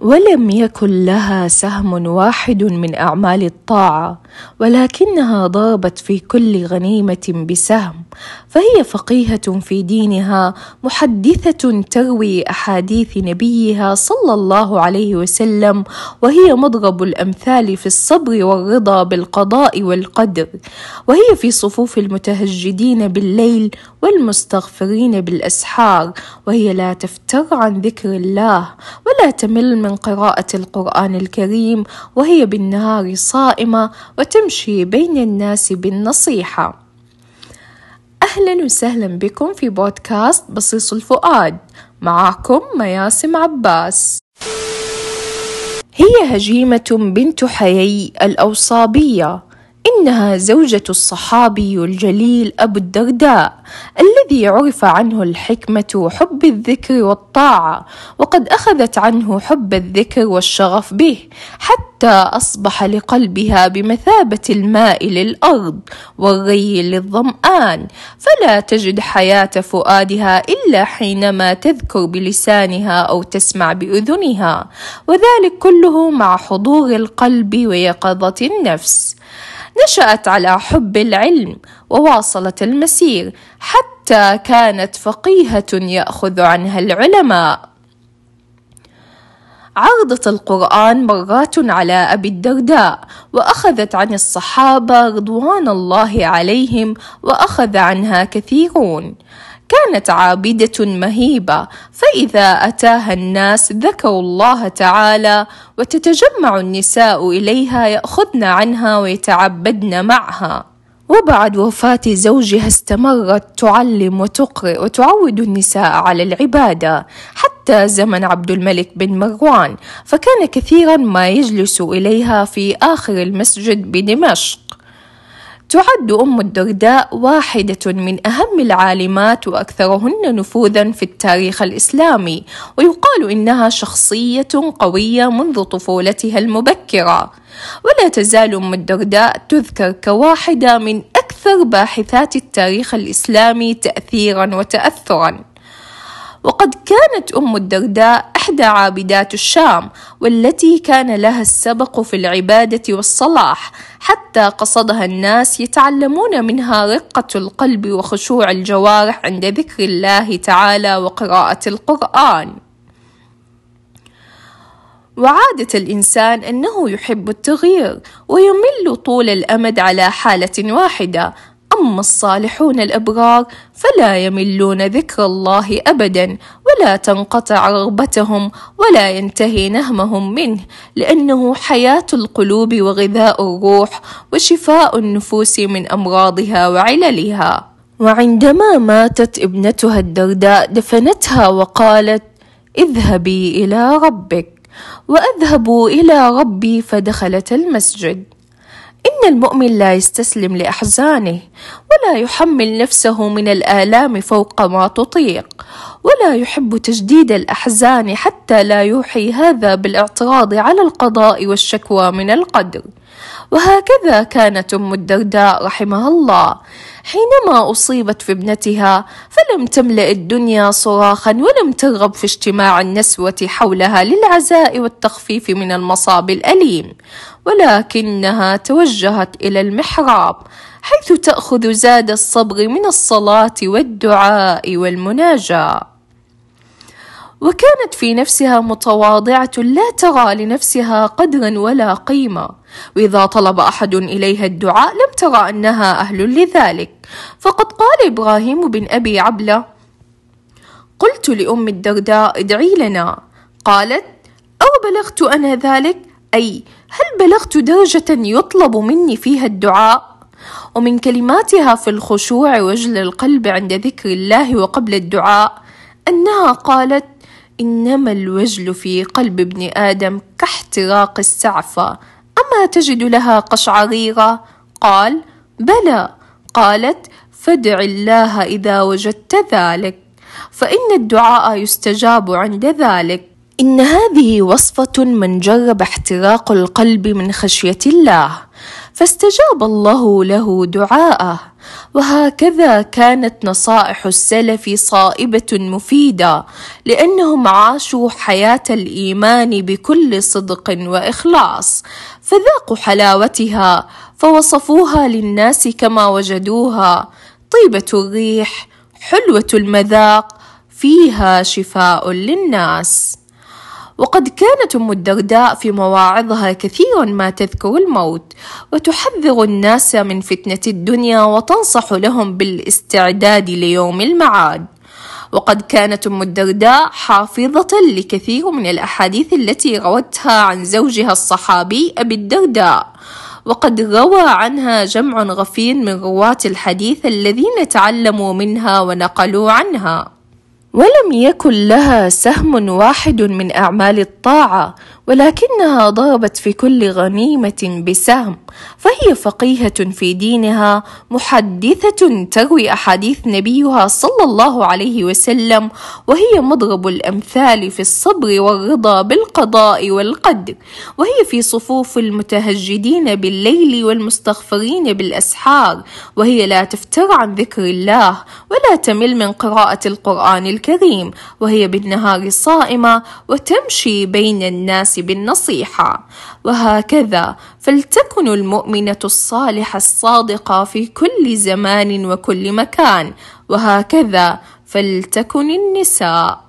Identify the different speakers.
Speaker 1: ولم يكن لها سهم واحد من أعمال الطاعة، ولكنها ضربت في كل غنيمة بسهم، فهي فقيهة في دينها، محدثة تروي أحاديث نبيها صلى الله عليه وسلم، وهي مضرب الأمثال في الصبر والرضا بالقضاء والقدر، وهي في صفوف المتهجدين بالليل والمستغفرين بالأسحار، وهي لا تفتر عن ذكر الله ولا تمل من قراءة القرآن الكريم، وهي بالنهار صائمة وتمشي بين الناس بالنصيحة. أهلا وسهلا بكم في بودكاست بصيص الفؤاد، معكم مياسم عباس. هي هجيمة بنت حيي الأوصابية، إنها زوجة الصحابي الجليل أبو الدرداء الذي عرف عنه الحكمة وحب الذكر والطاعة، وقد أخذت عنه حب الذكر والشغف به حتى أصبح لقلبها بمثابة الماء للأرض والري للظمآن، فلا تجد حياة فؤادها إلا حينما تذكر بلسانها أو تسمع بأذنها، وذلك كله مع حضور القلب ويقظة النفس. نشأت على حب العلم وواصلت المسير حتى كانت فقيهة يأخذ عنها العلماء. عرضت القرآن مرات على أبي الدرداء، وأخذت عن الصحابة رضوان الله عليهم، وأخذ عنها كثيرون. كانت عابدة مهيبة، فإذا أتاها الناس ذكروا الله تعالى، وتتجمع النساء إليها يأخذن عنها ويتعبدن معها. وبعد وفاة زوجها استمرت تعلم وتقرئ وتعود النساء على العبادة حتى زمن عبد الملك بن مروان، فكان كثيرا ما يجلس إليها في آخر المسجد بدمشق. تعد أم الدرداء واحدة من أهم العالمات وأكثرهن نفوذا في التاريخ الإسلامي، ويقال إنها شخصية قوية منذ طفولتها المبكرة، ولا تزال أم الدرداء تذكر كواحدة من أكثر باحثات التاريخ الإسلامي تأثيرا وتأثرا. وقد كانت أم الدرداء إحدى عابدات الشام، والتي كان لها السبق في العبادة والصلاح، حتى قصدها الناس يتعلمون منها رقة القلب وخشوع الجوارح عند ذكر الله تعالى وقراءة القرآن. وعادة الإنسان أنه يحب التغيير ويمل طول الأمد على حالة واحدة، أما الصالحون الأبرار فلا يملون ذكر الله أبدا، ولا تنقطع رغبتهم ولا ينتهي نهمهم منه، لأنه حياة القلوب وغذاء الروح وشفاء النفوس من أمراضها وعللها. وعندما ماتت ابنتها الدرداء دفنتها وقالت: اذهبي إلى ربك. وأذهب إلى ربي، فدخلت المسجد. إن المؤمن لا يستسلم لأحزانه، ولا يحمل نفسه من الآلام فوق ما تطيق، ولا يحب تجديد الأحزان حتى لا يوحي هذا بالاعتراض على القضاء والشكوى من القدر. وهكذا كانت أم الدرداء رحمها الله، حينما أصيبت في ابنتها فلم تملأ الدنيا صراخا، ولم ترغب في اجتماع النسوة حولها للعزاء والتخفيف من المصاب الأليم، ولكنها توجهت إلى المحراب، حيث تأخذ زاد الصبر من الصلاة والدعاء والمناجاة. وكانت في نفسها متواضعة، لا ترى لنفسها قدرا ولا قيمة، وإذا طلب أحد إليها الدعاء لم ترى أنها أهل لذلك. فقد قال إبراهيم بن أبي عبلة: قلت لأم الدرداء: ادعي لنا. قالت: أو بلغت أنا ذلك؟ أي هل بلغت درجة يطلب مني فيها الدعاء؟ ومن كلماتها في الخشوع وجل القلب عند ذكر الله وقبل الدعاء أنها قالت: إنما الوجل في قلب ابن آدم كاحتراق السعفة، أما تجد لها قشعريرة؟ قال: بلى. قالت: فادع الله إذا وجدت ذلك، فإن الدعاء يستجاب عند ذلك. إن هذه وصفة من جرب احتراق القلب من خشية الله، فاستجاب الله له دعاءه، وهكذا كانت نصائح السلف صائبة مفيدة، لأنهم عاشوا حياة الإيمان بكل صدق وإخلاص، فذاقوا حلاوتها فوصفوها للناس كما وجدوها: طيبة الريح، حلوة المذاق، فيها شفاء للناس. وقد كانت أم الدرداء في مواعظها كثيرا ما تذكر الموت، وتحذر الناس من فتنة الدنيا، وتنصح لهم بالاستعداد ليوم المعاد. وقد كانت أم الدرداء حافظة لكثير من الأحاديث التي روتها عن زوجها الصحابي أبي الدرداء، وقد روى عنها جمع غفير من رواة الحديث الذين تعلموا منها ونقلوا عنها. ولم يكن لها سهم واحد من أعمال الطاعة، ولكنها ضربت في كل غنيمة بسهم، فهي فقيهة في دينها، محدثة تروي أحاديث نبيها صلى الله عليه وسلم، وهي مضرب الأمثال في الصبر والرضا بالقضاء والقدر، وهي في صفوف المتهجدين بالليل والمستغفرين بالأسحار، وهي لا تفتر عن ذكر الله ولا تمل من قراءة القرآن الكريم، وهي بالنهار صائمة وتمشي بين الناس بالنصيحة. وهكذا فلتكن المؤمنة الصالحة الصادقة في كل زمان وكل مكان، وهكذا فلتكن النساء.